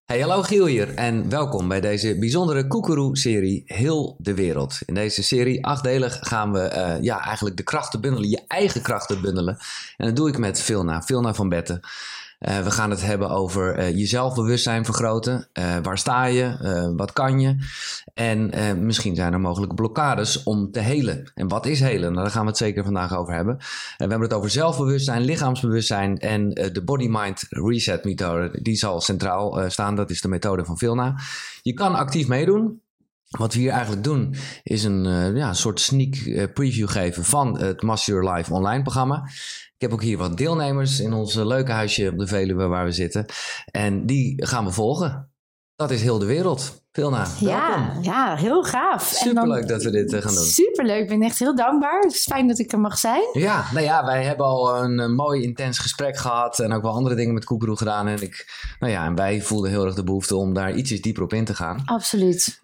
Hey, hallo Giel hier en welkom bij deze bijzondere Koekeroe-serie Heel de Wereld. In deze serie, 8-delig, gaan we eigenlijk de krachten bundelen, je eigen krachten bundelen. En dat doe ik met Vilna van Betten. We gaan het hebben over je zelfbewustzijn vergroten. Waar sta je? Wat kan je? En misschien zijn er mogelijke blokkades om te helen. En wat is helen? Nou, daar gaan we het zeker vandaag over hebben. We hebben het over zelfbewustzijn, lichaamsbewustzijn en de Body-Mind Reset methode. Die zal centraal staan. Dat is de methode van Vilna. Je kan actief meedoen. Wat we hier eigenlijk doen is een soort sneak preview geven van het Master Your Life online programma. Ik heb ook hier wat deelnemers in ons leuke huisje op de Veluwe waar we zitten. En die gaan we volgen. Dat is Heel de Wereld. Vilna, welkom. Ja, heel gaaf. Superleuk dat we dit gaan doen. Superleuk, ik ben echt heel dankbaar. Het is fijn dat ik er mag zijn. Ja, wij hebben al een mooi intens gesprek gehad en ook wel andere dingen met Koekeroe gedaan. En wij voelden heel erg de behoefte om daar ietsjes dieper op in te gaan. Absoluut.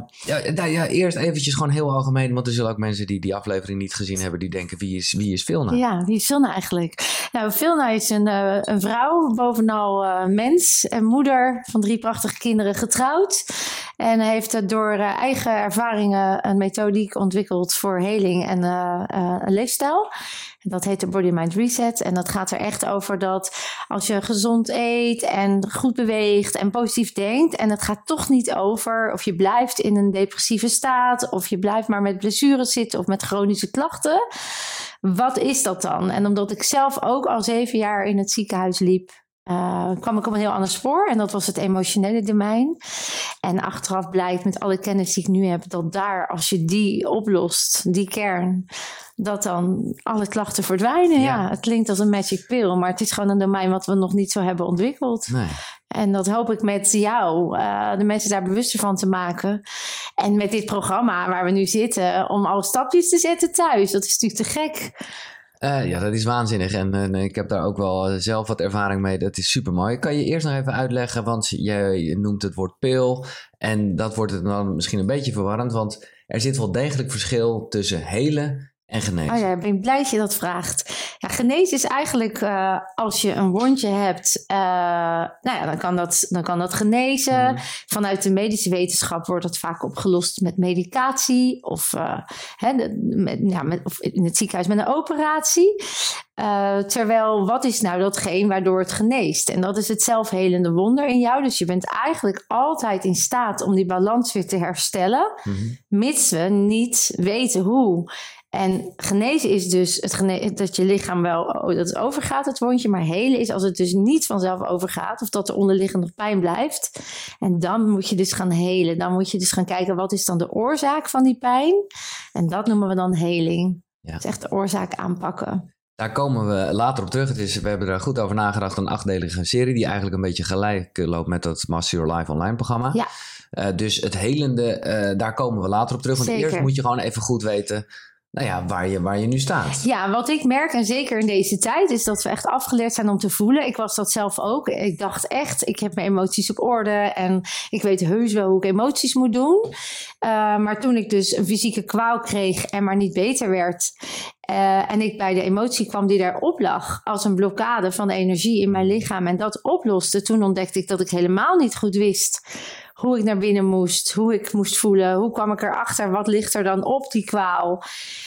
Eerst eventjes gewoon heel algemeen, want er zullen ook mensen die die aflevering niet gezien hebben, die denken, wie is Vilna? Ja, wie is Vilna eigenlijk? Nou, Vilna is een vrouw, bovenal mens en moeder van 3 prachtige kinderen getrouwd. En heeft door eigen ervaringen een methodiek ontwikkeld voor heling en een leefstijl. En dat heet de Body-Mind Reset. En dat gaat er echt over dat als je gezond eet en goed beweegt en positief denkt, en het gaat toch niet over of je blijft in een depressieve staat of je blijft maar met blessures zitten of met chronische klachten. Wat is dat dan? En omdat ik zelf ook al 7 jaar in het ziekenhuis liep, kwam ik op een heel ander spoor. En dat was het emotionele domein. En achteraf blijkt met alle kennis die ik nu heb, dat daar, als je die oplost, die kern, dat dan alle klachten verdwijnen. Ja, het klinkt als een magic pill, maar het is gewoon een domein wat we nog niet zo hebben ontwikkeld. Nee. En dat hoop ik met jou, de mensen daar bewuster van te maken. En met dit programma waar we nu zitten, om al stapjes te zetten thuis. Dat is natuurlijk te gek. Dat is waanzinnig en ik heb daar ook wel zelf wat ervaring mee. Dat is super mooi. Kan je eerst nog even uitleggen, want je noemt het woord pil en dat wordt het dan misschien een beetje verwarrend, want er zit wel degelijk verschil tussen helen en genezen. Oh ja, ik ben blij dat je dat vraagt. Ja, genezen is eigenlijk als je een wondje hebt, dan kan dat genezen. Vanuit de medische wetenschap wordt dat vaak opgelost met medicatie of in het ziekenhuis met een operatie. Terwijl, wat is nou datgene waardoor het geneest? En dat is het zelfhelende wonder in jou. Dus je bent eigenlijk altijd in staat om die balans weer te herstellen, mits we niet weten hoe. En genezen is dus dat je lichaam wel dat het overgaat, het wondje. Maar helen is als het dus niet vanzelf overgaat of dat er onderliggend nog pijn blijft. En dan moet je dus gaan helen. Dan moet je dus gaan kijken, wat is dan de oorzaak van die pijn? En dat noemen we dan heling. Ja. Dat is echt de oorzaak aanpakken. Daar komen we later op terug. We hebben er goed over nagedacht. Een 8-delige serie die eigenlijk een beetje gelijk loopt met dat Master Your Life online programma. Ja. Dus het helende, daar komen we later op terug. Want eerst moet je gewoon even goed weten waar je nu staat. Ja, wat ik merk, en zeker in deze tijd, is dat we echt afgeleerd zijn om te voelen. Ik was dat zelf ook. Ik dacht echt, ik heb mijn emoties op orde en ik weet heus wel hoe ik emoties moet doen. Maar toen ik dus een fysieke kwaal kreeg en maar niet beter werd, en ik bij de emotie kwam die daarop lag als een blokkade van de energie in mijn lichaam en dat oploste, toen ontdekte ik dat ik helemaal niet goed wist hoe ik naar binnen moest, hoe ik moest voelen, hoe kwam ik erachter, wat ligt er dan op die kwaal.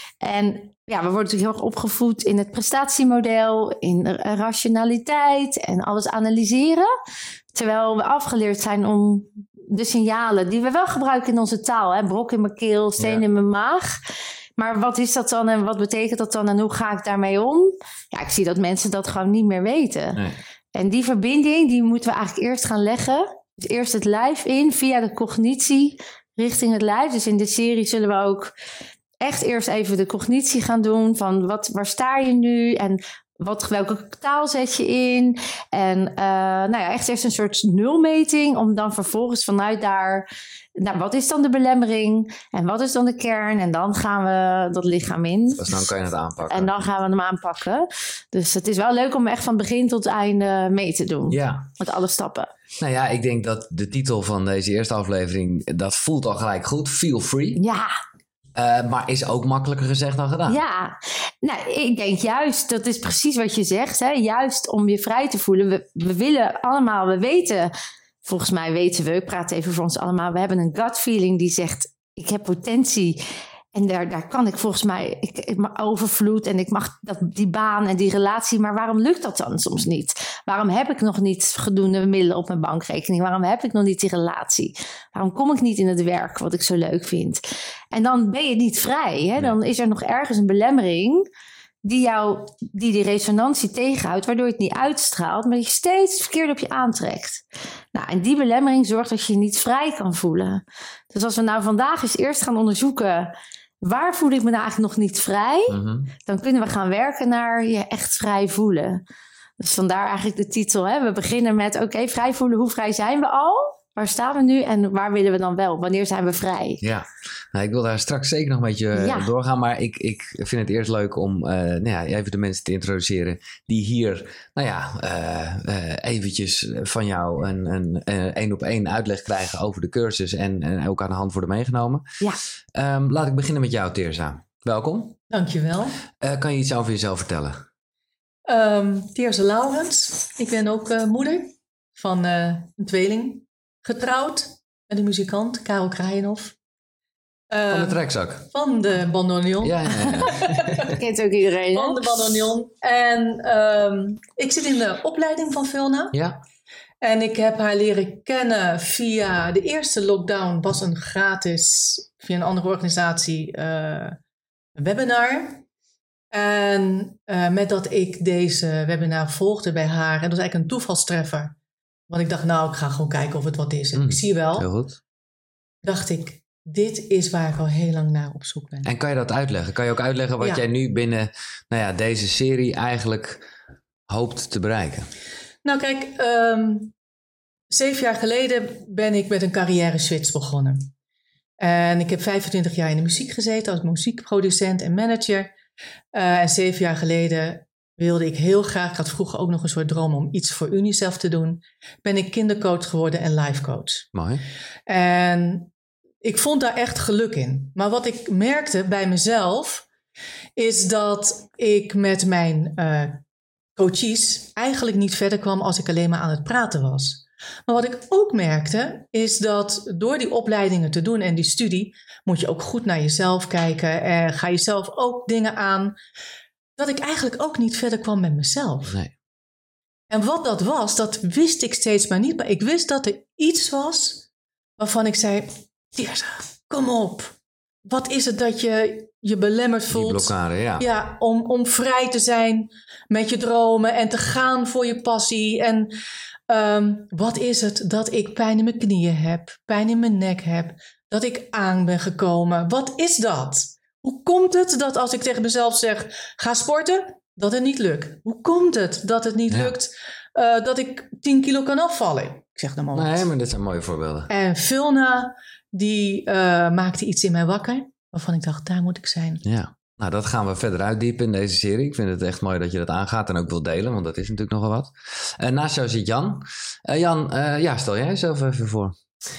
En ja, we worden natuurlijk heel erg opgevoed in het prestatiemodel, in rationaliteit en alles analyseren. Terwijl we afgeleerd zijn om de signalen die we wel gebruiken in onze taal, brok in mijn keel, steen in mijn maag. Maar wat is dat dan en wat betekent dat dan en hoe ga ik daarmee om? Ja, ik zie dat mensen dat gewoon niet meer weten. Nee. En die verbinding, die moeten we eigenlijk eerst gaan leggen. Dus eerst het lijf in, via de cognitie, richting het lijf. Dus in de serie zullen we ook echt eerst even de cognitie gaan doen. Van waar sta je nu en welke taal zet je in? En echt eerst een soort nulmeting, om dan vervolgens vanuit daar, wat is dan de belemmering? En wat is dan de kern? En dan gaan we dat lichaam in. Dus dan kan je het aanpakken. En dan gaan we hem aanpakken. Dus het is wel leuk om echt van begin tot einde mee te doen. Ja. Met alle stappen. Nou ja, ik denk dat de titel van deze eerste aflevering, dat voelt al gelijk goed. Feel free. Ja. Maar is ook makkelijker gezegd dan gedaan. Ja, nou, ik denk juist, dat is precies wat je zegt. Hè? Juist om je vrij te voelen. We willen allemaal, we weten volgens mij weten we, ik praat even voor ons allemaal, we hebben een gut feeling die zegt, ik heb potentie. En daar kan ik volgens mij, ik mag overvloed en ik mag die baan en die relatie. Maar waarom lukt dat dan soms niet? Waarom heb ik nog niet voldoende middelen op mijn bankrekening? Waarom heb ik nog niet die relatie? Waarom kom ik niet in het werk wat ik zo leuk vind? En dan ben je niet vrij. Hè? Dan is er nog ergens een belemmering die resonantie tegenhoudt, waardoor je het niet uitstraalt, maar je steeds het verkeerde op je aantrekt. Nou, en die belemmering zorgt dat je je niet vrij kan voelen. Dus als we nou vandaag eens eerst gaan onderzoeken, waar voel ik me nou eigenlijk nog niet vrij? Dan kunnen we gaan werken naar je echt vrij voelen. Dus vandaar eigenlijk de titel. Hè? We beginnen met, oké, vrij voelen, hoe vrij zijn we al? Waar staan we nu en waar willen we dan wel? Wanneer zijn we vrij? Ja, nou, ik wil daar straks zeker nog een beetje op doorgaan. Maar ik vind het eerst leuk om even de mensen te introduceren die hier eventjes van jou een 1-op-1 uitleg krijgen over de cursus en ook aan de hand worden meegenomen. Ja. Laat ik beginnen met jou, Teersa. Welkom. Dankjewel. Kan je iets over jezelf vertellen? Teersa Laurens. Ik ben ook moeder van een tweeling. Getrouwd met een muzikant, Karel Kraaienhof. Van de trekzak? Van de bandoneon. Ja. Dat kent ook iedereen. Van de bandoneon. En ik zit in de opleiding van Vilna. Ja. En ik heb haar leren kennen via de eerste lockdown. Was een gratis, via een andere organisatie, een webinar. En met dat ik deze webinar volgde bij haar. En dat was eigenlijk een toevalstreffer. Want ik dacht, ik ga gewoon kijken of het wat is. En ik zie wel. Heel goed. Dacht ik, dit is waar ik al heel lang naar op zoek ben. En kan je dat uitleggen? Kan je ook uitleggen wat jij nu binnen deze serie eigenlijk hoopt te bereiken? Nou kijk, 7 jaar geleden ben ik met een carrière switch begonnen. En ik heb 25 jaar in de muziek gezeten als muziekproducent en manager. En 7 jaar geleden wilde ik heel graag, ik had vroeger ook nog een soort droom om iets voor UNICEF te doen, ben ik kindercoach geworden en lifecoach. Mooi. En ik vond daar echt geluk in. Maar wat ik merkte bij mezelf, is dat ik met mijn coaches eigenlijk niet verder kwam als ik alleen maar aan het praten was. Maar wat ik ook merkte, is dat door die opleidingen te doen en die studie, moet je ook goed naar jezelf kijken en ga jezelf ook dingen aan, dat ik eigenlijk ook niet verder kwam met mezelf. Nee. En wat dat was, dat wist ik steeds maar niet. Maar ik wist dat er iets was waarvan ik zei, Teersa, kom op. Wat is het dat je belemmerd voelt? Die blokkade, ja. Ja, om vrij te zijn met je dromen en te gaan voor je passie. En wat is het dat ik pijn in mijn knieën heb, pijn in mijn nek heb, dat ik aan ben gekomen? Wat is dat? Hoe komt het dat als ik tegen mezelf zeg, ga sporten, dat het niet lukt? Hoe komt het dat het niet lukt dat ik 10 kilo kan afvallen? Ik zeg dan maar wat. Nee, maar dit zijn mooie voorbeelden. En Vilna, die maakte iets in mij wakker, waarvan ik dacht, daar moet ik zijn. Ja, nou dat gaan we verder uitdiepen in deze serie. Ik vind het echt mooi dat je dat aangaat en ook wil delen, want dat is natuurlijk nogal wat. Naast jou zit Jan. Jan, stel jij jezelf even voor.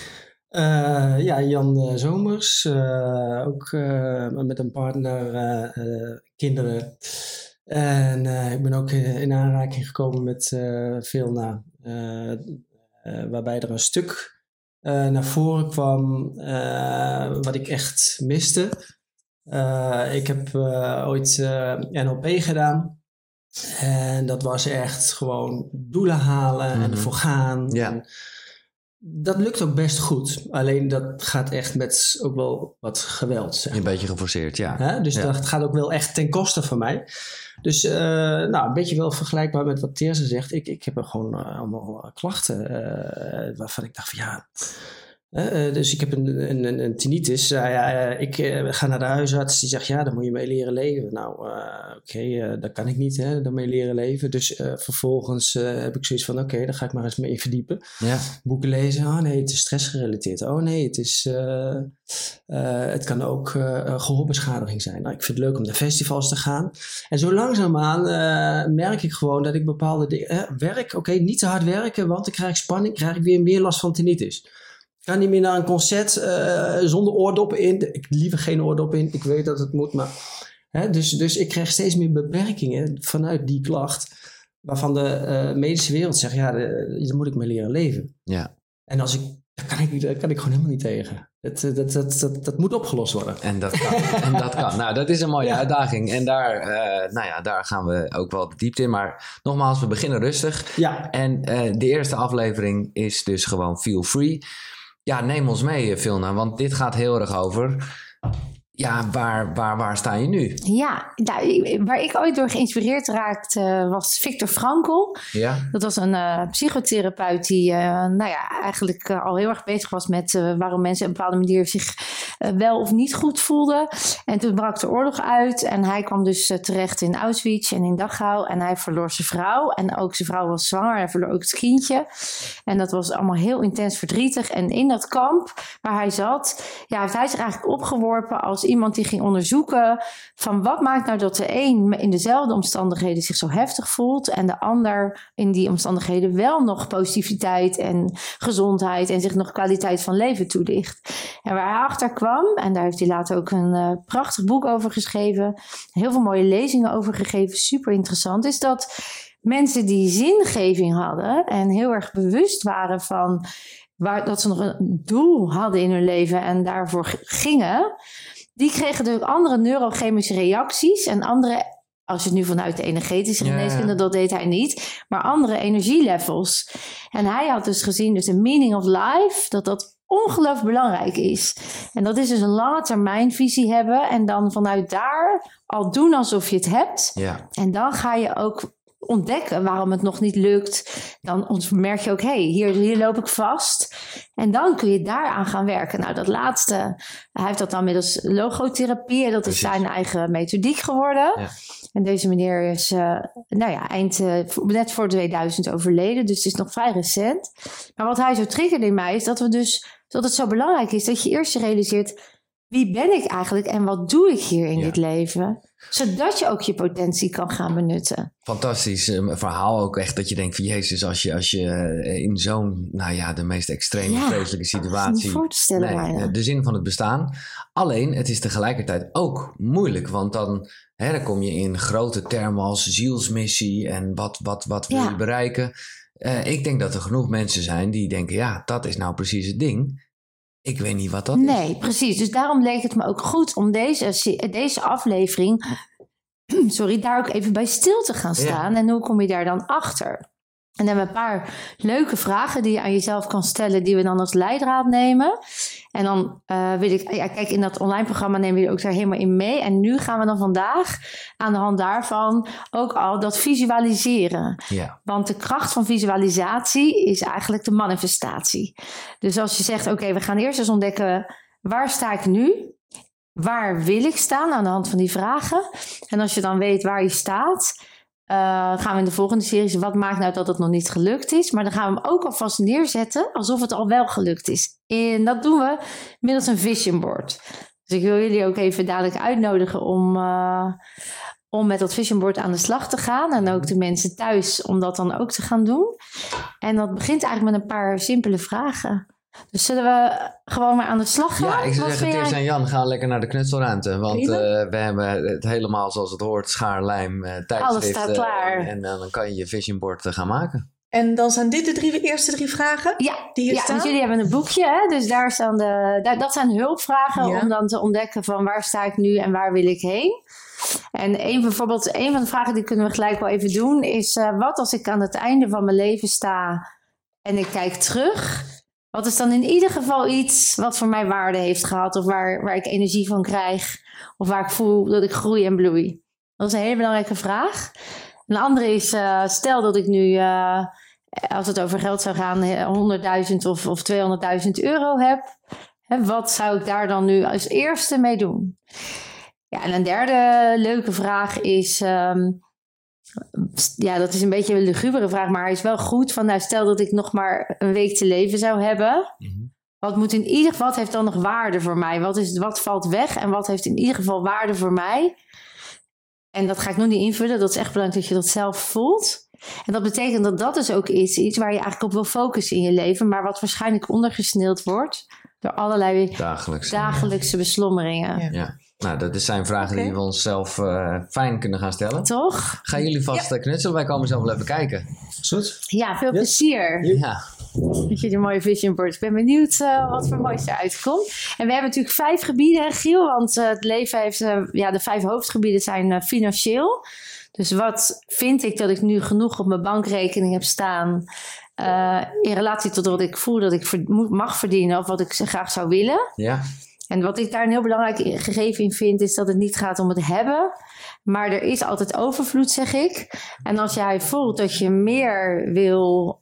Jan Zomers, ook met een partner, kinderen. En ik ben ook in aanraking gekomen met Vilna, waarbij er een stuk naar voren kwam wat ik echt miste. Ik heb ooit NLP gedaan. En dat was echt gewoon doelen halen en ervoor gaan. Ja. En dat lukt ook best goed. Alleen dat gaat echt met ook wel wat geweld. Zeg maar. Een beetje geforceerd, ja. Dus dat gaat ook wel echt ten koste van mij. Dus een beetje wel vergelijkbaar met wat Teersa zegt. Ik heb er gewoon allemaal klachten waarvan ik dacht van ja. Dus ik heb een tinnitus. Ik ga naar de huisarts. Die zegt ja, dan moet je mee leren leven. Nou, dat kan ik niet. Dan mee leren leven. Dus vervolgens heb ik zoiets van oké, dan ga ik maar eens mee verdiepen. Ja. Boeken lezen. Oh nee, het is stressgerelateerd. Oh nee, het kan ook gehoorbeschadiging zijn. Nou, ik vind het leuk om naar festivals te gaan. En zo langzaamaan merk ik gewoon dat ik bepaalde dingen werk. Niet te hard werken, want dan krijg ik spanning. Krijg ik weer meer last van tinnitus. Ik ga niet meer naar een concert zonder oordoppen in. Ik liever geen oordoppen in. Ik weet dat het moet, maar... Dus ik krijg steeds meer beperkingen vanuit die klacht. Waarvan de medische wereld zegt, daar moet ik mee leren leven. Ja. En daar kan ik gewoon helemaal niet tegen. Dat moet opgelost worden. En dat kan. Nou, dat is een mooie uitdaging. En daar gaan we ook wel de diepte in. Maar nogmaals, we beginnen rustig. Ja. En de eerste aflevering is dus gewoon Feel Free. Ja, neem ons mee, Vilna. Want dit gaat heel erg over... Ja, waar sta je nu? Ja, waar ik ooit door geïnspireerd raakte was Viktor Frankl. Ja. Dat was een psychotherapeut die eigenlijk al heel erg bezig was met waarom mensen op een bepaalde manier zich wel of niet goed voelden. En toen brak de oorlog uit en hij kwam dus terecht in Auschwitz en in Dachau. En hij verloor zijn vrouw en ook zijn vrouw was zwanger. Hij verloor ook het kindje. En dat was allemaal heel intens verdrietig. En in dat kamp waar hij zat, heeft hij zich eigenlijk opgeworpen als iemand die ging onderzoeken van wat maakt nou dat de een in dezelfde omstandigheden zich zo heftig voelt en de ander in die omstandigheden wel nog positiviteit en gezondheid en zich nog kwaliteit van leven toedicht. En waar hij achter kwam, en daar heeft hij later ook een prachtig boek over geschreven, heel veel mooie lezingen over gegeven, super interessant, is dat mensen die zingeving hadden en heel erg bewust waren van dat ze nog een doel hadden in hun leven en daarvoor gingen, die kregen dus andere neurochemische reacties en andere, als je het nu vanuit de energetische geneeskunde, dat deed hij niet, maar andere energielevels. En hij had dus gezien, dus de meaning of life, dat ongelooflijk belangrijk is. En dat is dus een lange termijn visie hebben en dan vanuit daar al doen alsof je het hebt. Ja. En dan ga je ook ontdekken waarom het nog niet lukt. Dan merk je ook, hier loop ik vast. En dan kun je daaraan gaan werken. Nou, dat laatste, hij heeft dat dan middels logotherapie. En dat is zijn eigen methodiek geworden. Ja. En deze meneer is net voor 2000 overleden. Dus het is nog vrij recent. Maar wat hij zo triggerde in mij is dat het zo belangrijk is dat je eerst realiseert, wie ben ik eigenlijk en wat doe ik hier in dit leven? Zodat je ook je potentie kan gaan benutten. Fantastisch verhaal ook echt dat je denkt van Jezus, als je in zo'n, de meest extreme, vreselijke situatie. Niet voor te stellen de zin van het bestaan. Alleen, het is tegelijkertijd ook moeilijk, want dan kom je in grote termen als zielsmissie en wat wil je bereiken. Ik denk dat er genoeg mensen zijn die denken, dat is nou precies het ding. Ik weet niet wat dat is. Nee, precies. Dus daarom leek het me ook goed om deze aflevering daar ook even bij stil te gaan staan. Ja. En hoe kom je daar dan achter? En dan hebben we een paar leuke vragen die je aan jezelf kan stellen, die we dan als leidraad nemen. En dan wil ik, kijk, in dat online programma nemen we je ook daar helemaal in mee. En nu gaan we dan vandaag aan de hand daarvan ook al dat visualiseren. Ja. Want de kracht van visualisatie is eigenlijk de manifestatie. Dus als je zegt, oké, we gaan eerst eens ontdekken, waar sta ik nu? Waar wil ik staan aan de hand van die vragen? En als je dan weet waar je staat, gaan we in de volgende series, wat maakt nou dat het nog niet gelukt is? Maar dan gaan we hem ook alvast neerzetten alsof het al wel gelukt is. En dat doen we middels een vision board. Dus ik wil jullie ook even dadelijk uitnodigen om met dat vision board aan de slag te gaan. En ook de mensen thuis om dat dan ook te gaan doen. En dat begint eigenlijk met een paar simpele vragen. Dus zullen we gewoon maar aan de slag gaan? Ja, ik zou zeggen, Teers en Jan, gaan lekker naar de knutselruimte. Want we hebben het helemaal zoals het hoort, schaar, lijm, tijdschrift. Alles staat klaar. En dan kan je je vision board gaan maken. En dan zijn dit de eerste drie vragen die hier staan? Dus jullie hebben een boekje. Hè? Dus daar staan dat zijn hulpvragen om dan te ontdekken van waar sta ik nu en waar wil ik heen. En een van de vragen die kunnen we gelijk wel even doen is, wat als ik aan het einde van mijn leven sta en ik kijk terug? Wat is dan in ieder geval iets wat voor mij waarde heeft gehad, of waar ik energie van krijg, of waar ik voel dat ik groei en bloei? Dat is een hele belangrijke vraag. Een andere is, stel dat ik nu, als het over geld zou gaan, 100.000 of 200.000 euro heb. Wat zou ik daar dan nu als eerste mee doen? Ja, en een derde leuke vraag is, dat is een beetje een lugubere vraag, maar hij is wel goed. Stel dat ik nog maar een week te leven zou hebben. Mm-hmm. Wat heeft dan nog waarde voor mij? Wat valt weg en wat heeft in ieder geval waarde voor mij? En dat ga ik nog niet invullen. Dat is echt belangrijk dat je dat zelf voelt. En dat betekent dat dus ook iets waar je eigenlijk op wil focussen in je leven, maar wat waarschijnlijk ondergesneeld wordt door allerlei dagelijkse beslommeringen. Ja. Nou, dat zijn vragen die we onszelf fijn kunnen gaan stellen. Toch? Gaan jullie vast knutselen? Wij komen zo wel even kijken. Goed? Ja, veel plezier. Ja. Dat je die mooie vision board. Ik ben benieuwd wat voor moois eruit komt. En we hebben natuurlijk 5 gebieden, hè, Giel. Want het leven heeft... de 5 hoofdgebieden zijn financieel. Dus wat vind ik dat ik nu genoeg op mijn bankrekening heb staan... in relatie tot wat ik voel dat ik mag verdienen... of wat ik graag zou willen. Ja. En wat ik daar een heel belangrijk gegeven in vind... is dat het niet gaat om het hebben... maar er is altijd overvloed, zeg ik. En als jij voelt dat je meer wil...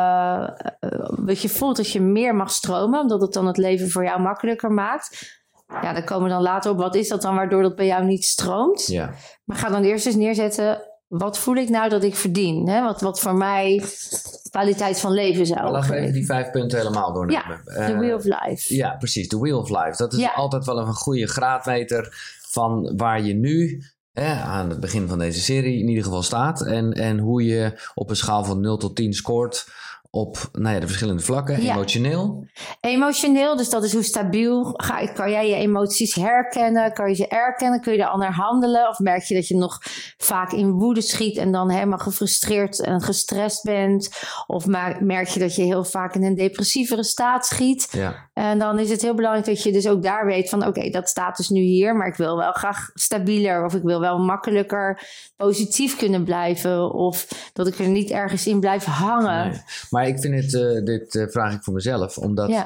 dat je voelt dat je meer mag stromen... omdat het dan het leven voor jou makkelijker maakt... ja, dan komen we dan later op... wat is dat dan waardoor dat bij jou niet stroomt? Ja. Maar ga dan eerst eens neerzetten... wat voel ik nou dat ik verdien? Hè? Wat voor mij kwaliteit van leven zou Laten we geven. even die 5 punten helemaal doornemen. Ja, the wheel of life. Ja, precies. The wheel of life. Dat is altijd wel een goede graadmeter van waar je nu aan het begin van deze serie in ieder geval staat. En hoe je op een schaal van 0 tot 10 scoort op de verschillende vlakken. Ja. Emotioneel. Emotioneel, dus dat is hoe stabiel kan jij je emoties herkennen? Kan je ze erkennen? Kun je er al naar handelen? Of merk je dat je nog vaak in woede schiet en dan helemaal gefrustreerd en gestrest bent? Of merk je dat je heel vaak in een depressievere staat schiet? Ja. En dan is het heel belangrijk dat je dus ook daar weet van... oké, dat staat dus nu hier, maar ik wil wel graag stabieler... of ik wil wel makkelijker positief kunnen blijven... of dat ik er niet ergens in blijf hangen. Nee. Maar ik vind dit vraag ik voor mezelf, omdat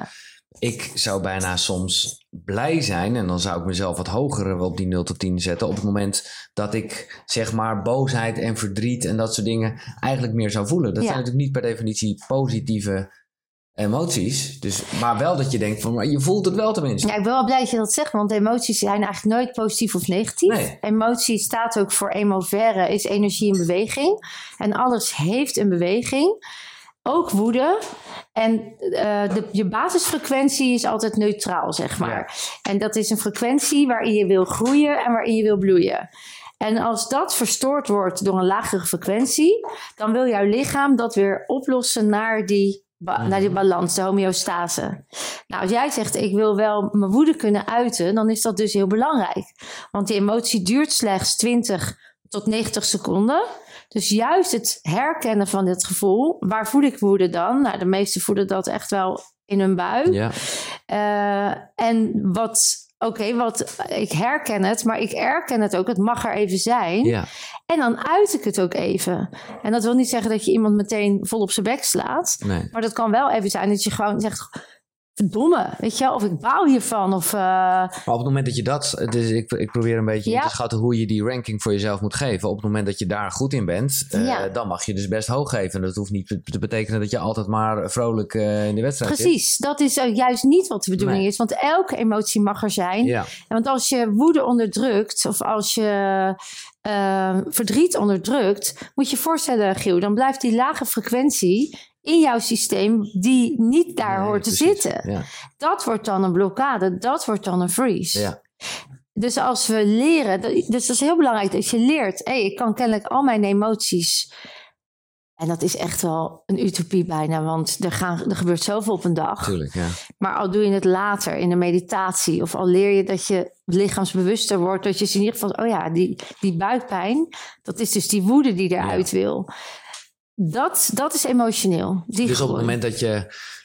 ik zou bijna soms blij zijn... en dan zou ik mezelf wat hoger op die 0 tot 10 zetten... op het moment dat ik zeg maar boosheid en verdriet en dat soort dingen... eigenlijk meer zou voelen. Dat zijn natuurlijk niet per definitie positieve... emoties, maar wel dat je denkt van, maar je voelt het wel tenminste. Ja, ik ben wel blij dat je dat zegt, want emoties zijn eigenlijk nooit positief of negatief. Nee. Emotie staat ook voor emovere, is energie in beweging. En alles heeft een beweging, ook woede. En je basisfrequentie is altijd neutraal, zeg maar. Ja. En dat is een frequentie waarin je wil groeien en waarin je wil bloeien. En als dat verstoord wordt door een lagere frequentie, dan wil jouw lichaam dat weer oplossen naar die balans, de homeostase. Nou, als jij zegt, ik wil wel mijn woede kunnen uiten, dan is dat dus heel belangrijk. Want die emotie duurt slechts 20 tot 90 seconden. Dus juist het herkennen van dit gevoel, waar voel ik woede dan? Nou, de meesten voelen dat echt wel in hun buik. Ja. En ik herken het, maar ik erken het ook. Het mag er even zijn. Ja. En dan uit ik het ook even. En dat wil niet zeggen dat je iemand meteen vol op zijn bek slaat. Nee. Maar dat kan wel even zijn dat je gewoon zegt... verdomme, weet je wel, of ik baal hiervan. Maar op het moment dat je dat... Dus ik probeer een beetje in te schatten hoe je die ranking voor jezelf moet geven. Op het moment dat je daar goed in bent, dan mag je dus best hoog geven. En dat hoeft niet te betekenen dat je altijd maar vrolijk in de wedstrijd zit. Precies, dat is juist niet wat de bedoeling is. Want elke emotie mag er zijn. Ja. Want als je woede onderdrukt, of als je verdriet onderdrukt, moet je je voorstellen, Giel, dan blijft die lage frequentie in jouw systeem die niet daar hoort te zitten. Ja. Dat wordt dan een blokkade, dat wordt dan een freeze. Ja. Dus als we leren, dus dat is heel belangrijk dat je leert, ik kan kennelijk al mijn emoties, en dat is echt wel een utopie bijna, want er gebeurt zoveel op een dag. Tuurlijk, ja. Maar al doe je het later in de meditatie, of al leer je dat je lichaamsbewuster wordt, dat je in ieder geval, die buikpijn, dat is dus die woede die eruit wil. Dat is emotioneel. Dus op het moment dat je,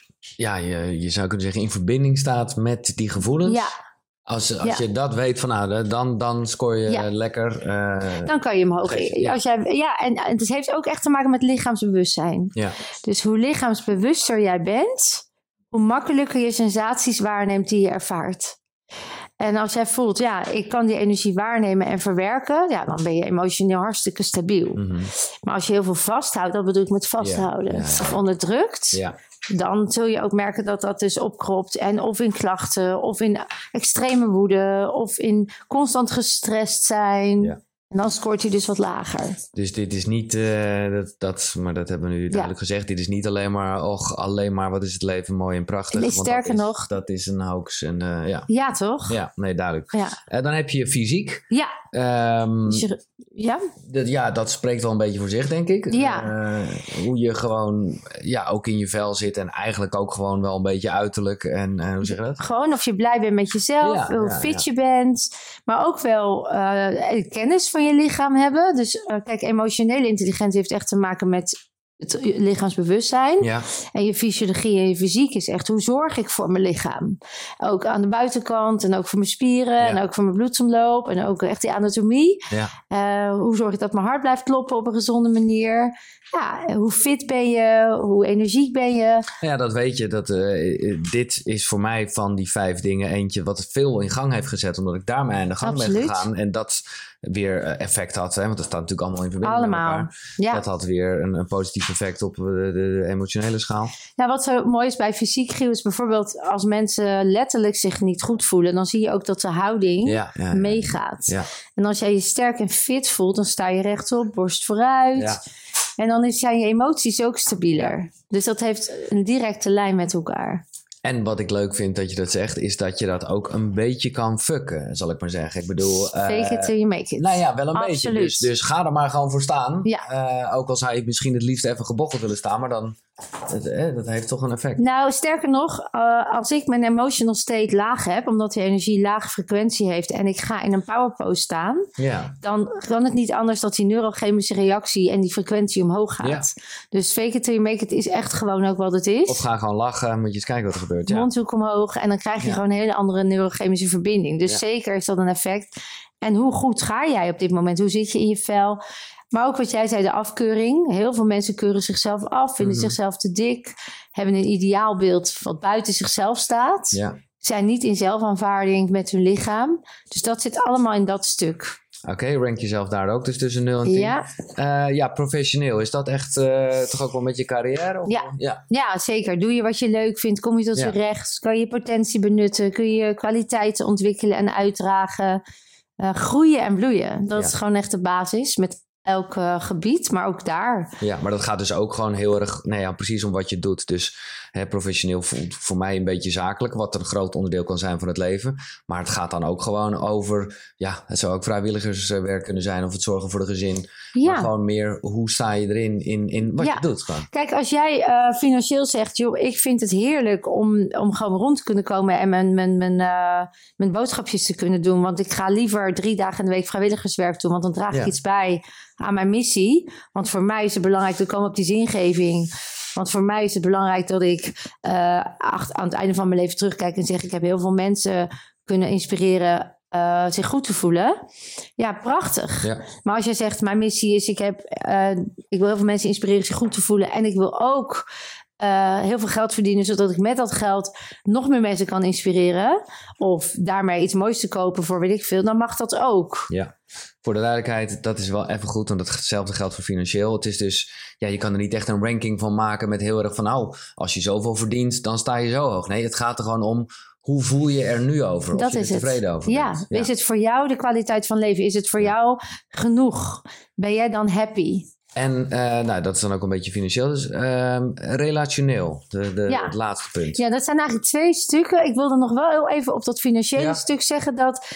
je zou kunnen zeggen, in verbinding staat met die gevoelens. Ja. Als je dat weet, dan scoor je lekker. Dan kan je hem hoog. En het heeft ook echt te maken met lichaamsbewustzijn. Ja. Dus hoe lichaamsbewuster jij bent, hoe makkelijker je sensaties waarneemt die je ervaart. En als jij voelt, ik kan die energie waarnemen en verwerken, dan ben je emotioneel hartstikke stabiel. Mm-hmm. Maar als je heel veel vasthoudt, dat bedoel ik met vasthouden, of onderdrukt, dan zul je ook merken dat dat dus opkropt. En of in klachten, of in extreme woede, of in constant gestrest zijn. Ja. En dan scoort hij dus wat lager. Dus dit is niet, maar dat hebben we nu duidelijk gezegd. Dit is niet alleen maar wat is het leven mooi en prachtig. Nee, sterker nog. Dat is een hoax. Ja, toch? Ja, nee, duidelijk. Ja. Dan heb je fysiek. Ja. Dat spreekt wel een beetje voor zich, denk ik. Ja. Hoe je gewoon ook in je vel zit en eigenlijk ook gewoon wel een beetje uiterlijk. En hoe zeg je dat? Gewoon of je blij bent met jezelf, hoe fit je bent. Maar ook wel kennis van je lichaam hebben. Dus kijk, emotionele intelligentie heeft echt te maken met het lichaamsbewustzijn. Ja. En je fysiologie en je fysiek is echt, hoe zorg ik voor mijn lichaam? Ook aan de buitenkant en ook voor mijn spieren en ook voor mijn bloedsomloop en ook echt die anatomie. Ja. Hoe zorg ik dat mijn hart blijft kloppen op een gezonde manier? Ja, hoe fit ben je? Hoe energiek ben je? Ja, dat weet je. Dit is voor mij van die 5 dingen eentje wat veel in gang heeft gezet. Omdat ik daarmee aan de gang ben gegaan. En dat weer effect had. Hè? Want dat staat natuurlijk allemaal in verbinding met elkaar. Ja. Dat had weer een positief effect op de emotionele schaal. Nou, wat zo mooi is bij fysiek, Giel, is bijvoorbeeld als mensen letterlijk zich niet goed voelen, dan zie je ook dat de houding meegaat. Ja. En als jij je sterk en fit voelt, dan sta je rechtop, borst vooruit. Ja. En dan zijn je emoties ook stabieler. Dus dat heeft een directe lijn met elkaar. En wat ik leuk vind dat je dat zegt, is dat je dat ook een beetje kan fucken, zal ik maar zeggen. Ik bedoel... Fake it till you make it. Nou ja, wel een Absoluut. beetje. Dus ga er maar gewoon voor staan. Ja. Ook al zou je misschien het liefst even gebocheld willen staan, maar dan... Dat heeft toch een effect. Nou, sterker nog, als ik mijn emotional state laag heb, omdat die energie lage frequentie heeft en ik ga in een power pose staan, dan kan het niet anders dat die neurochemische reactie en die frequentie omhoog gaat. Ja. Dus fake it till you make it is echt gewoon ook wat het is. Of ga gewoon lachen, moet je eens kijken wat er gebeurt. Mondhoek omhoog en dan krijg je gewoon een hele andere neurochemische verbinding. Dus zeker is dat een effect. En hoe goed ga jij op dit moment? Hoe zit je in je vel? Maar ook wat jij zei, de afkeuring. Heel veel mensen keuren zichzelf af, vinden zichzelf te dik, hebben een ideaalbeeld wat buiten zichzelf staat. Zijn niet in zelfaanvaarding met hun lichaam. Dus dat zit allemaal in dat stuk. Oké, rank jezelf daar ook dus tussen 0 en 10? Ja, professioneel. Is dat echt toch ook wel met je carrière? Of? Ja, zeker. Doe je wat je leuk vindt. Kom je tot je recht. Kan je je potentie benutten. Kun je kwaliteiten ontwikkelen en uitdragen. Groeien en bloeien. Dat is gewoon echt de basis met elk gebied, maar ook daar. Ja, maar dat gaat dus ook gewoon heel erg, precies om wat je doet. Dus professioneel voelt voor mij een beetje zakelijk, wat een groot onderdeel kan zijn van het leven. Maar het gaat dan ook gewoon over, het zou ook vrijwilligerswerk kunnen zijn of het zorgen voor de gezin. Maar gewoon meer, hoe sta je erin in wat je doet gewoon. Kijk, als jij financieel zegt, joh, ik vind het heerlijk om gewoon rond te kunnen komen en mijn boodschapjes te kunnen doen. Want ik ga liever 3 dagen in de week vrijwilligerswerk doen, want dan draag ik iets bij aan mijn missie. Want voor mij is het belangrijk te komen op die zingeving. Want voor mij is het belangrijk dat ik aan het einde van mijn leven terugkijk en zeg, ik heb heel veel mensen kunnen inspireren zich goed te voelen. Ja, prachtig. Ja. Maar als jij zegt, mijn missie is, ik wil heel veel mensen inspireren zich goed te voelen en ik wil ook heel veel geld verdienen, zodat ik met dat geld nog meer mensen kan inspireren. Of daarmee iets moois te kopen voor weet ik veel, dan mag dat ook. Ja, voor de duidelijkheid, dat is wel even goed, want hetzelfde geldt voor financieel. Het is dus, je kan er niet echt een ranking van maken met heel erg van, als je zoveel verdient, dan sta je zo hoog. Nee, het gaat er gewoon om, hoe voel je er nu over? Dat of je is er tevreden over bent. Ja, is het voor jou de kwaliteit van leven? Is het voor jou genoeg? Ben jij dan happy? En dat is dan ook een beetje financieel. Dus relationeel, het laatste punt. Ja, dat zijn eigenlijk 2 stukken. Ik wilde nog wel heel even op dat financiële stuk zeggen dat...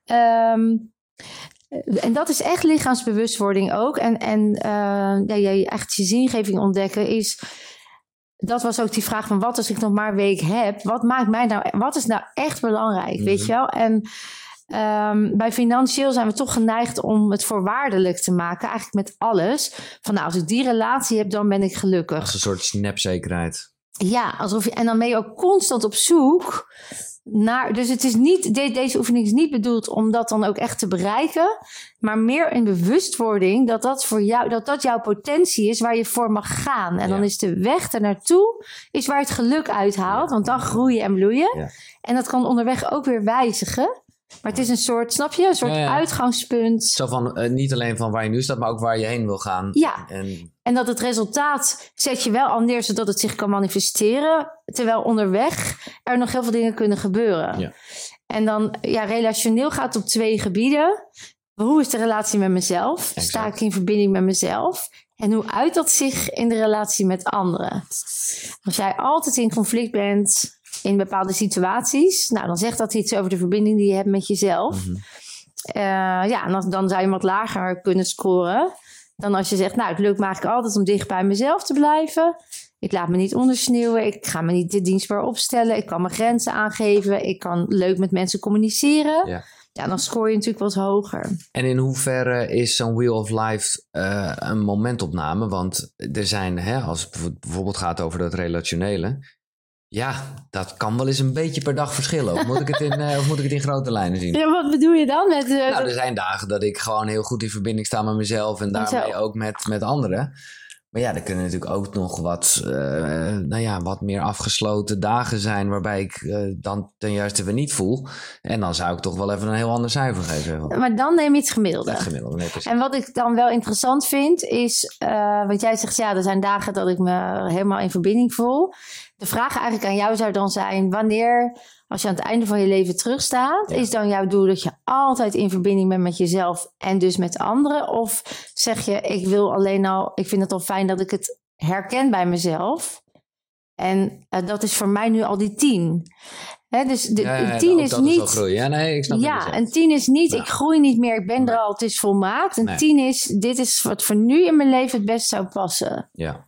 en dat is echt lichaamsbewustwording ook. En echt je zingeving ontdekken is... Dat was ook die vraag van wat als ik nog maar een week heb? Wat maakt mij nou... Wat is nou echt belangrijk, weet je wel? En... bij financieel zijn we toch geneigd om het voorwaardelijk te maken. Eigenlijk met alles. Van als ik die relatie heb, dan ben ik gelukkig. Als een soort snapzekerheid. Ja, en dan ben je ook constant op zoek naar... Dus het is niet, deze oefening is niet bedoeld om dat dan ook echt te bereiken. Maar meer in bewustwording dat voor jou, dat jouw potentie is waar je voor mag gaan. En dan is de weg ernaartoe is waar je het geluk uithaalt. Want dan groeien en bloeien. Ja. En dat kan onderweg ook weer wijzigen. Maar het is een soort, snap je? Een soort uitgangspunt. Zo van, niet alleen van waar je nu staat, maar ook waar je heen wil gaan. Ja, en dat het resultaat zet je wel al neer, zodat het zich kan manifesteren. Terwijl onderweg er nog heel veel dingen kunnen gebeuren. Ja. En dan, relationeel gaat het op 2 gebieden. Hoe is de relatie met mezelf? Exact. Sta ik in verbinding met mezelf? En hoe uit dat zich in de relatie met anderen? Als jij altijd in conflict bent... in bepaalde situaties, dan zegt dat iets over de verbinding die je hebt met jezelf. Mm-hmm. En dan zou je wat lager kunnen scoren dan als je zegt, het lukt me eigenlijk altijd om dicht bij mezelf te blijven. Ik laat me niet ondersneeuwen, ik ga me niet te dienstbaar opstellen, ik kan mijn grenzen aangeven, ik kan leuk met mensen communiceren. Ja. ja, dan scoor je natuurlijk wat hoger. En in hoeverre is zo'n Wheel of Life een momentopname? Want er zijn, als het bijvoorbeeld gaat over dat relationele... Ja, dat kan wel eens een beetje per dag verschillen. Of moet ik het in grote lijnen zien? Ja, wat bedoel je dan? Nou, er zijn dagen dat ik gewoon heel goed in verbinding sta met mezelf... en daarmee ook met anderen. Maar ja, er kunnen natuurlijk ook nog wat meer afgesloten dagen zijn... waarbij ik dan ten juiste weer niet voel. En dan zou ik toch wel even een heel ander cijfer geven. Maar dan neem je het gemiddelde. Het gemiddelde, nee, precies. En wat ik dan wel interessant vind is... want jij zegt, ja, er zijn dagen dat ik me helemaal in verbinding voel. De vraag eigenlijk aan jou zou dan zijn... wanneer, als je aan het einde van je leven terugstaat... is dan jouw doel dat je altijd in verbinding bent met jezelf... en dus met anderen? Of zeg je, ik vind het al fijn dat ik het herken bij mezelf... en dat is voor mij nu al die 10. Dus de 10 is niet... Is groeien. Ja, nee, ik snap het. Ja, een 10 is niet, ik groei niet meer, ik ben er al, het is volmaakt. Een 10 is, dit is wat voor nu in mijn leven het best zou passen. Ja.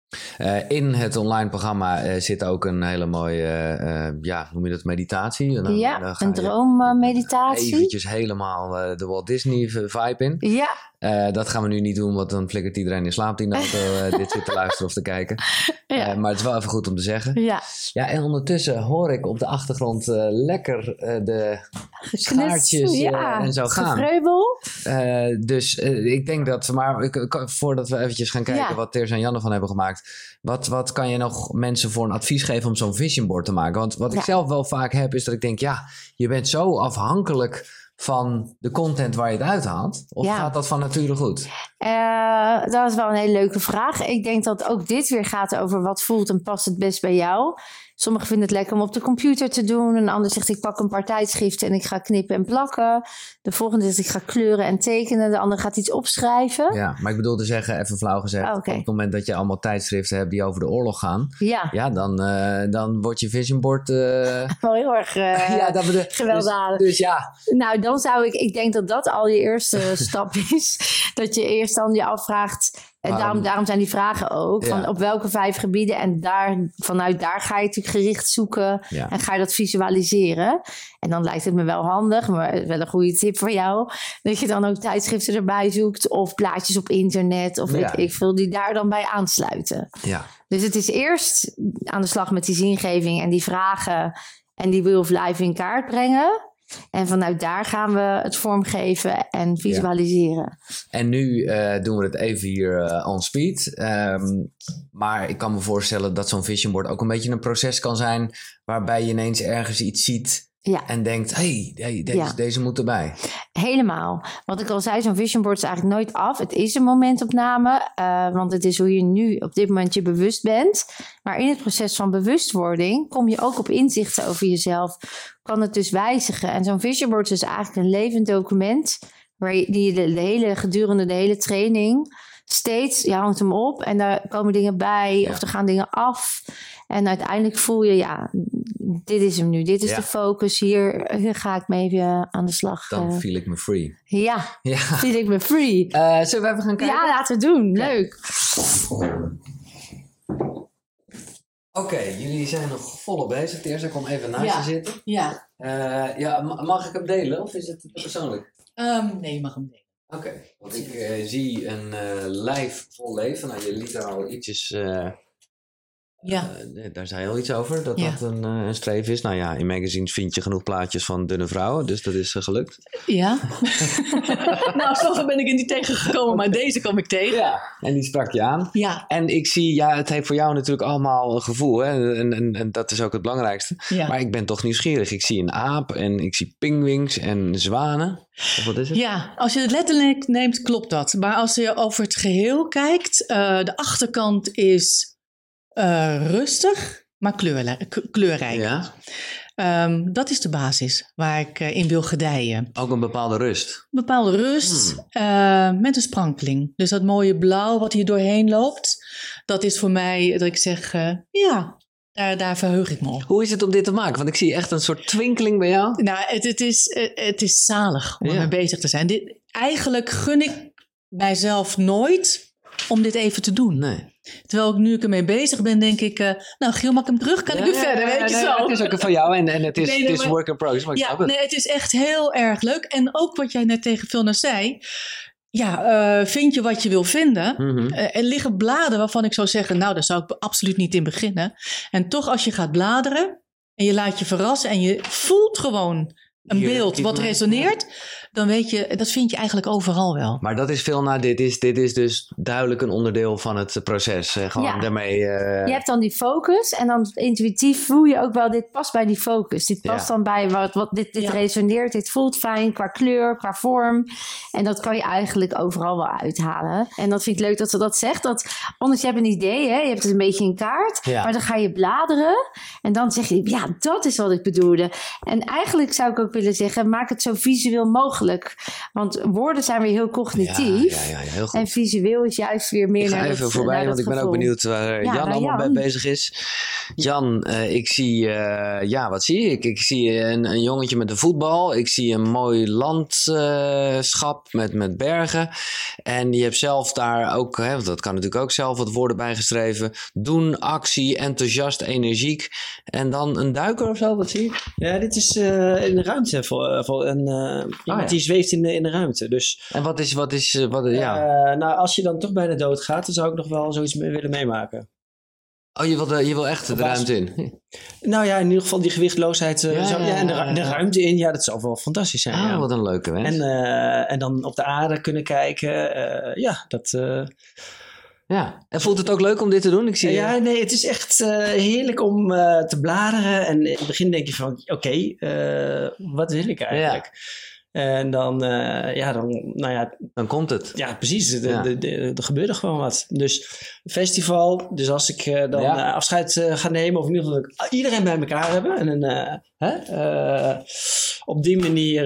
In het online programma zit ook een hele mooie, noem je dat, meditatie? Dan een droommeditatie. Eventjes helemaal de Walt Disney vibe in. Ja. Dat gaan we nu niet doen, want dan flikkert iedereen in slaap die nou dit zit te luisteren of te kijken. Ja. Maar het is wel even goed om te zeggen. Ja, en ondertussen hoor ik op de achtergrond lekker de schaartjes en zo gaan. Gevreubel. Dus ik denk dat, maar voordat we eventjes gaan kijken wat Teers en Janne van hebben gemaakt. Wat kan je nog mensen voor een advies geven om zo'n vision board te maken? Want wat ik zelf wel vaak heb is dat ik denk, je bent zo afhankelijk van de content waar je het uithaalt? Of gaat dat van nature goed? Dat is wel een hele leuke vraag. Ik denk dat ook dit weer gaat over wat voelt en past het best bij jou. Sommigen vinden het lekker om op de computer te doen. Een ander zegt ik pak een paar tijdschriften en ik ga knippen en plakken. De volgende zegt ik ga kleuren en tekenen. De ander gaat iets opschrijven. Ja, maar ik bedoel te zeggen, even flauw gezegd. Op het moment dat je allemaal tijdschriften hebt die over de oorlog gaan. Ja, dan wordt je vision board... wel heel erg gewelddadig. Dus ja. Nou, dan zou ik denk dat dat al je eerste stap is. Dat je eerst dan je afvraagt... En daarom zijn die vragen ook. Van op welke 5 gebieden. En vanuit daar ga je natuurlijk gericht zoeken. Ja. En ga je dat visualiseren. En dan lijkt het me wel handig. Maar wel een goede tip voor jou. Dat je dan ook tijdschriften erbij zoekt. Of plaatjes op internet. Of weet ik veel. Die daar dan bij aansluiten. Ja. Dus het is eerst aan de slag met die zingeving. En die vragen. En die Wheel of Life in kaart brengen. En vanuit daar gaan we het vormgeven en visualiseren. Ja. En nu doen we het even hier on speed. Maar ik kan me voorstellen dat zo'n vision board ook een beetje een proces kan zijn... waarbij je ineens ergens iets ziet en denkt... deze moet erbij. Helemaal. Wat ik al zei, zo'n vision board is eigenlijk nooit af. Het is een momentopname, want het is hoe je nu op dit moment je bewust bent. Maar in het proces van bewustwording kom je ook op inzichten over jezelf. Kan het dus wijzigen. En zo'n vision board is eigenlijk een levend document... die je gedurende de hele training steeds... je hangt hem op en daar komen dingen bij... of er gaan dingen af... En uiteindelijk voel je, dit is hem nu. Dit is de focus. Hier ga ik mee even aan de slag. Dan feel ik me free. Ja, feel ik me free. Zullen we even gaan kijken? Ja, laten we doen. Leuk. Oké, jullie zijn nog volop bezig. Eerst kom even naast je zitten. Ja. Mag ik hem delen of is het persoonlijk? Nee, je mag hem delen. Oké, want ik zie een lijf vol leven. Nou, je liet er al ietsjes... daar zei je al iets over, dat een streef is. Nou ja, in magazines vind je genoeg plaatjes van dunne vrouwen, dus dat is gelukt. Ja. Nou, zoveel ben ik er niet tegengekomen, maar deze kwam ik tegen. Ja, en die sprak je aan. Ja. En ik zie, het heeft voor jou natuurlijk allemaal een gevoel, hè? En dat is ook het belangrijkste. Ja. Maar ik ben toch nieuwsgierig. Ik zie een aap en ik zie pinguïns en zwanen. Of wat is het? Ja, als je het letterlijk neemt, klopt dat. Maar als je over het geheel kijkt, de achterkant is... rustig, maar kleurrijk. Ja. Dat is de basis waar ik in wil gedijen. Ook een bepaalde rust? Een bepaalde rust met een sprankeling. Dus dat mooie blauw wat hier doorheen loopt, dat is voor mij dat ik zeg, daar verheug ik me op. Hoe is het om dit te maken? Want ik zie echt een soort twinkeling bij jou. Nou, het is zalig om ermee bezig te zijn. Eigenlijk gun ik mijzelf nooit om dit even te doen. Nee. Terwijl nu ik ermee bezig ben, denk ik... nou, Giel, mag ik hem terug? Kan ik weer verder? Weet je zo? Het is ook van jou en het is work in progress. Maar Ja, nee, het is echt heel erg leuk. En ook wat jij net tegen Vilna zei... Ja, vind je wat je wil vinden. Er liggen bladen waarvan ik zou zeggen... nou, daar zou ik absoluut niet in beginnen. En toch als je gaat bladeren... en je laat je verrassen... en je voelt gewoon een beeld wat resoneert... dan weet je, dat vind je eigenlijk overal wel. Maar dat is veel dit is dus duidelijk een onderdeel van het proces. Gewoon daarmee... Je hebt dan die focus en dan intuïtief voel je ook wel, dit past bij die focus. Dit past dan bij dit resoneert, dit voelt fijn qua kleur, qua vorm. En dat kan je eigenlijk overal wel uithalen. En dat vind ik leuk dat ze dat zegt. Anders je hebt een idee, hè? Je hebt het een beetje in kaart, maar dan ga je bladeren en dan zeg je, ja, dat is wat ik bedoelde. En eigenlijk zou ik ook willen zeggen, maak het zo visueel mogelijk. Want woorden zijn weer heel cognitief. Ja, heel goed. En visueel is juist weer meer naar het gevoel. Ik ga even voorbij, want ik ben ook benieuwd waar Jan allemaal mee bezig is. Jan, ik zie... wat zie ik? Ik zie een jongetje met een voetbal. Ik zie een mooi landschap met bergen. En je hebt zelf daar ook... want dat kan natuurlijk ook zelf wat woorden bijgeschreven. Doen, actie, enthousiast, energiek. En dan een duiker of zo, wat zie ik? Ja, dit is in de ruimte voor een... Die zweeft in de ruimte. Dus, en wat is nou, als je dan toch bijna doodgaat, dan zou ik nog wel zoiets willen meemaken. Oh, je wil echt de ruimte in? Nou ja, in ieder geval die gewichtloosheid. En de ruimte in, dat zou wel fantastisch zijn. Wat een leuke wens. En dan op de aarde kunnen kijken. Ja, en voelt het ook leuk om dit te doen? Ik zie het is echt heerlijk om te bladeren. En in het begin denk je van, oké, wat wil ik eigenlijk? Ja. En dan dan komt het. Ja, precies. Er gebeurt er gewoon wat. Dus festival. Dus als ik afscheid ga nemen, of in ieder geval iedereen bij elkaar hebben. En op die manier...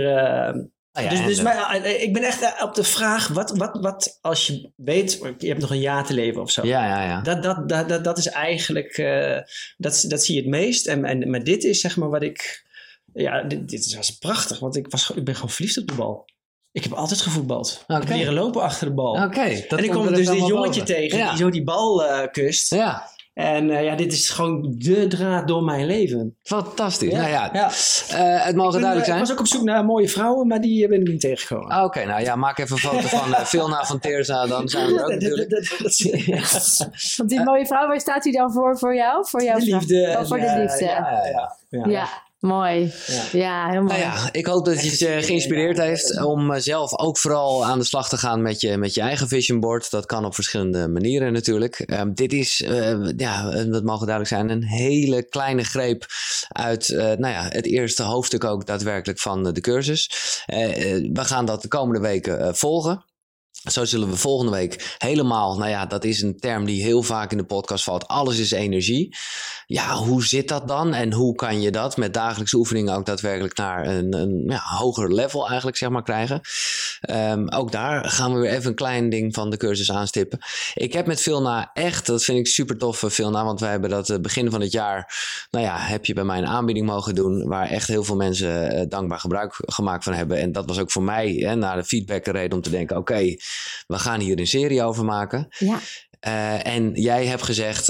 ik ben echt op de vraag, wat als je weet, je hebt nog een jaar te leven of zo. Ja. Dat is eigenlijk, dat zie je het meest. Maar dit is zeg maar wat ik... Ja, dit was prachtig, want ik ben gewoon verliefd op de bal. Ik heb altijd gevoetbald. Okay. Ik heb leren lopen achter de bal. En ik kom dus dit jongetje tegen die zo die bal kust. Ja. En dit is gewoon de draad door mijn leven. Fantastisch. Het mogen duidelijk zijn. Ik was ook op zoek naar mooie vrouwen, maar die ben ik niet tegengekomen. Oké, maak even een foto van Vilna van Teerza. Dan zijn we er ook natuurlijk. Want die mooie vrouw, waar staat hij dan voor jou? Voor jouw liefde. Voor de liefde. Ja. Mooi. Ja, heel mooi. Ik hoop dat het je geïnspireerd heeft om zelf ook vooral aan de slag te gaan met je eigen vision board. Dat kan op verschillende manieren natuurlijk. Dit is, dat mogen duidelijk zijn, een hele kleine greep uit het eerste hoofdstuk ook daadwerkelijk van de cursus. We gaan dat de komende weken volgen. Zo zullen we volgende week helemaal, dat is een term die heel vaak in de podcast valt. Alles is energie. Ja, hoe zit dat dan? En hoe kan je dat met dagelijkse oefeningen ook daadwerkelijk naar een hoger level eigenlijk zeg maar krijgen? Ook daar gaan we weer even een klein ding van de cursus aanstippen. Ik heb met Vilna echt, dat vind ik super tof Vilna, want wij hebben dat begin van het jaar, heb je bij mij een aanbieding mogen doen waar echt heel veel mensen dankbaar gebruik gemaakt van hebben. En dat was ook voor mij na de feedback een reden om te denken, oké, we gaan hier een serie over maken. Ja. En jij hebt gezegd,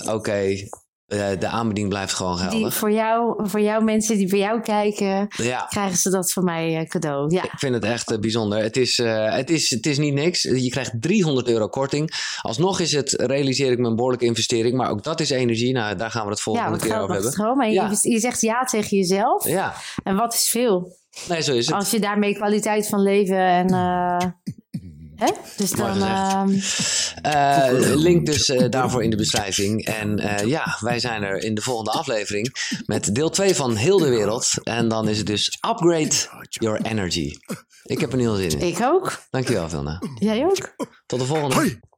de aanbieding blijft gewoon gelden. Voor jou mensen die bij jou kijken, krijgen ze dat van mij cadeau. Ja. Ik vind het echt bijzonder. Het is niet niks. Je krijgt €300 korting. Alsnog realiseer ik me een behoorlijke investering. Maar ook dat is energie. Nou, daar gaan we het volgende keer over hebben. Maar je zegt ja tegen jezelf. Ja. En wat is veel? Nee, zo is het. Als je daarmee kwaliteit van leven en... Dus dan... link dus daarvoor in de beschrijving. En wij zijn er in de volgende aflevering met deel 2 van Heel de Wereld. En dan is het dus Upgrade Your Energy. Ik heb er heel zin in. Ik ook. Dankjewel, Vilna. Jij ook. Tot de volgende.